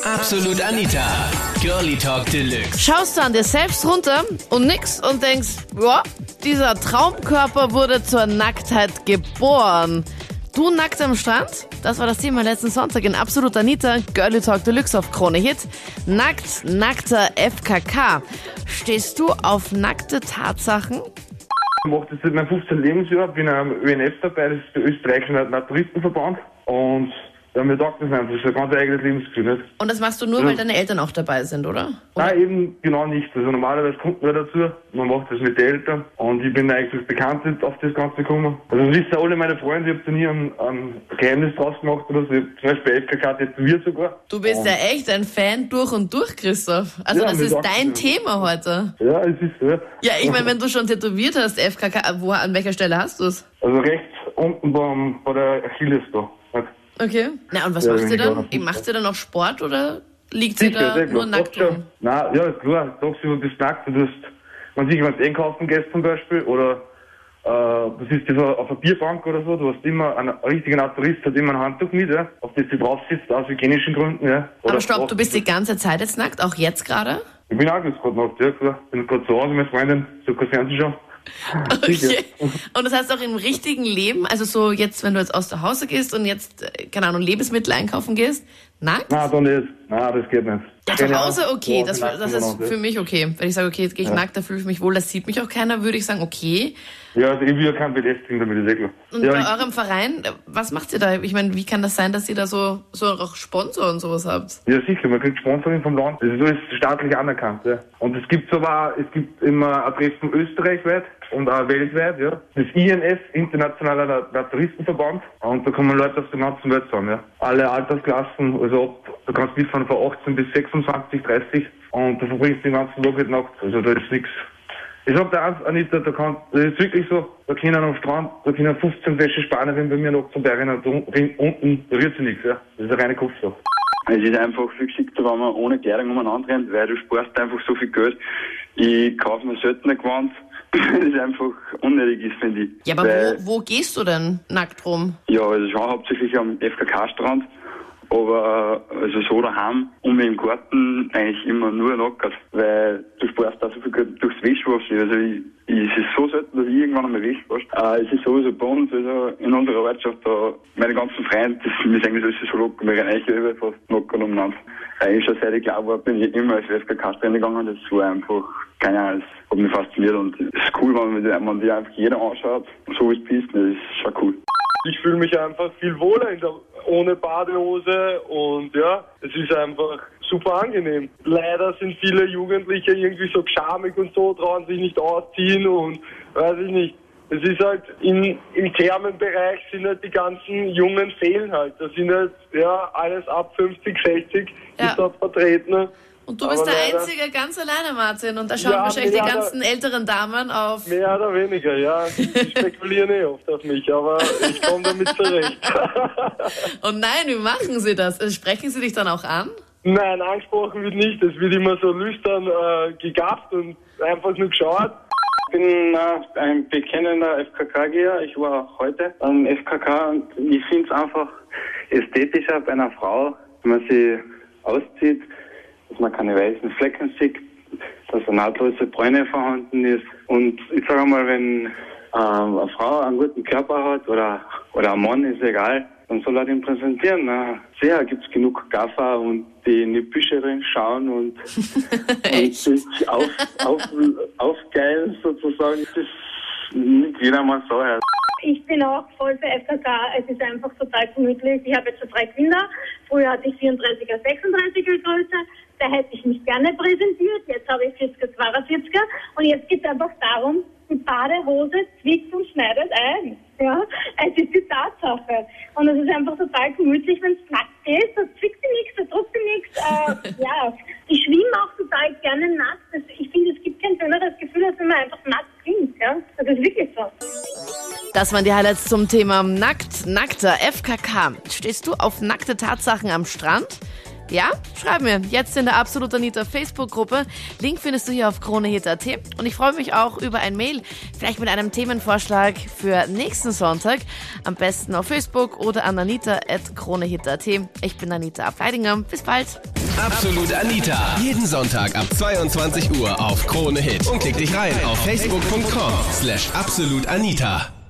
Absolut Anita, Girlie Talk Deluxe. Schaust du an dir selbst runter und nix und denkst, ja, dieser Traumkörper wurde zur Nacktheit geboren. Du nackt am Strand? Das war das Thema letzten Sonntag in Absolut Anita, Girlie Talk Deluxe auf Krone Hit. Nackt, nackter FKK. Stehst du auf nackte Tatsachen? Ich mache das seit meinem 15. Lebensjahr, bin am ÖNF dabei, das ist der österreichische Naturistenverband. Und da haben wir gedacht, das ist einfach so ein ganz eigenes Lebensgefühl. Nicht? Und das machst du nur, weil deine Eltern auch dabei sind, oder? Nein, eben genau nicht. Also normalerweise kommt man dazu, man macht das mit den Eltern. Und ich bin eigentlich bekannt auf das Ganze gekommen. Also das wissen alle meine Freunde, ich habe da nie ein Geheimnis draus gemacht oder so. Ich habe zum Beispiel FKK tätowiert sogar. Du bist ja echt ein Fan durch und durch, Christoph. Also Ja, das wir ist sagen dein das. Thema heute. Ja, es ist so. Ja, ich meine, wenn du schon tätowiert hast, FKK, an welcher Stelle hast du es? Also rechts unten bei der Achilles da. Okay. Na, und was Ja, macht ihr wenn ich dann? auch- Macht ihr dann auch Sport oder liegt ihr da Sehr nur klar. nackt Doch rum? schon. Nein, ja, ist klar. Tagsüber bist du nackt. Du hast, wenn du einkaufen gehst zum Beispiel, oder du sitzt auf einer Bierbank oder so, du hast immer, ein richtiger Naturist hat immer ein Handtuch mit, ja, auf das du drauf sitzt, aus hygienischen Gründen, ja. Oder Aber stopp, du bist die ganze Zeit jetzt nackt, auch jetzt gerade? Ich bin auch jetzt gerade nackt, ja, klar. Bin gerade zu Hause, meine Freundin, so kein Fernsehen schauen. Okay. Und das heißt auch im richtigen Leben, also so jetzt, wenn du jetzt aus der Hause gehst und jetzt, keine Ahnung, Lebensmittel einkaufen gehst, nackt? Nein, da nicht. Nein, das geht nicht. Ja, zu Keine Hause, Ahnung. okay, Ja, das nackt ist immer noch, für mich okay. Wenn ich sage, okay, jetzt gehe ich nackt, da fühle ich mich wohl, das sieht mich auch keiner, würde ich sagen, okay. Ja, also ich will ja keinen belästigen damit, ist eh klar. Und Ja, bei ich- eurem Verein, was macht ihr da? Ich meine, wie kann das sein, dass ihr da so auch Sponsor und sowas habt? Ja, sicher, man kriegt Sponsoring vom Land. Das ist alles staatlich anerkannt, ja. Und es gibt immer Adressen österreichweit und auch weltweit, ja. Das INS, Internationaler Naturistenverband. Und da kommen Leute aus der ganzen Welt zusammen, ja. Alle Altersklassen, also du kannst mitfahren von 18 bis 26, 30. Und du verbringst den ganzen Tag halt nackt. Also da ist nichts. Ich sag dir eins, Anita, das ist wirklich so, da können am Strand, da können 15 Wäschespannerinnen bei mir noch zum Bergen und unten rührt sich nichts, ja. Das ist eine reine Kopfsache. Es ist einfach viel geschickter, wenn man ohne Kleidung umeinander rennt, weil du sparst einfach so viel Geld. Ich kaufe mir selten ein Gewand, das ist einfach unnötig ist, finde ich. Ja, aber Weil, wo gehst du denn nackt rum? Ja, also schon hauptsächlich am FKK-Strand, aber also so daheim, im Garten eigentlich immer nur nackt, weil du sparst da so viel Geld durchs Wäschewaschen. Also es ist so selten, dass ich irgendwann einmal Wäsche wasche. Es ist sowieso bei uns, also in unserer Ortschaft, da meine ganzen Freunde, wir sind eigentlich so locker, wir rennen eigentlich überall fast nackt umeinander. Eigentlich schon seit ich klein war, bin ich immer als FKK-Strand gegangen, das war einfach, keine Ahnung, das hat mich fasziniert und es ist cool, wenn man die einfach jeder anschaut, so wie es bist, das ist schon cool. Ich fühle mich einfach viel wohler ohne Badehose und ja, es ist einfach super angenehm. Leider sind viele Jugendliche irgendwie so schamig und so, trauen sich nicht ausziehen und weiß ich nicht. Es ist halt im Thermenbereich sind halt die ganzen Jungen fehlen halt. Da sind halt ja alles ab 50, 60 Ja. ist dort vertreten. Und du bist Aber der leider- Einzige ganz alleine, Martin. Und da schauen Ja, wahrscheinlich die mehr ganzen älteren Damen auf. Mehr oder weniger, ja. Die spekulieren oft auf mich, aber ich komme damit zurecht. Und nein, wie machen sie das? Sprechen sie dich dann auch an? Nein, angesprochen wird nicht. Es wird immer so lüstern gegafft und einfach nur geschaut. Ich bin ein bekennender FKK-Geher. Ich war heute am FKK und ich finde es einfach ästhetischer bei einer Frau, wenn man sie auszieht, dass man keine weißen Flecken sieht, dass eine nahtlose Bräune vorhanden ist. Und ich sage mal, wenn eine Frau einen guten Körper hat oder ein Mann, ist egal, dann soll er den präsentieren. Sicher gibt es genug Gaffer und die in die Büsche schauen und sich aufgeilen sozusagen. Das ist nicht jedermanns Sache. Ich bin auch voll für FKK. Es ist einfach total gemütlich. Ich habe jetzt schon 3 Kinder. Früher hatte ich 34er, 36er Größe. Da hätte ich mich gerne präsentiert. Jetzt habe ich 40er, 42er. Und jetzt geht es einfach darum, die Badehose zwickt und schneidet ein. Ja, es ist die Tatsache. Und es ist einfach total gemütlich, wenn es nackt ist. Da zwickt dir nichts, da druckt dir nichts. Ja, ich schwimme auch total gerne nackt. Ich finde, es gibt kein schöneres Gefühl, als wenn man einfach nackt schwimmt. Ja, das ist wirklich so. Das waren die Highlights zum Thema nackter FKK. Stehst du auf nackte Tatsachen am Strand? Ja? Schreib mir. Jetzt in der Absolut Anita Facebook-Gruppe. Link findest du hier auf KroneHit.at. Und ich freue mich auch über ein Mail, vielleicht mit einem Themenvorschlag für nächsten Sonntag. Am besten auf Facebook oder an anita@kronehit.at. Ich bin Anita Ableidinger. Bis bald. Absolut Anita. Jeden Sonntag ab 22 Uhr auf Krone Hit. Und klick dich rein auf facebook.com/absolutanita.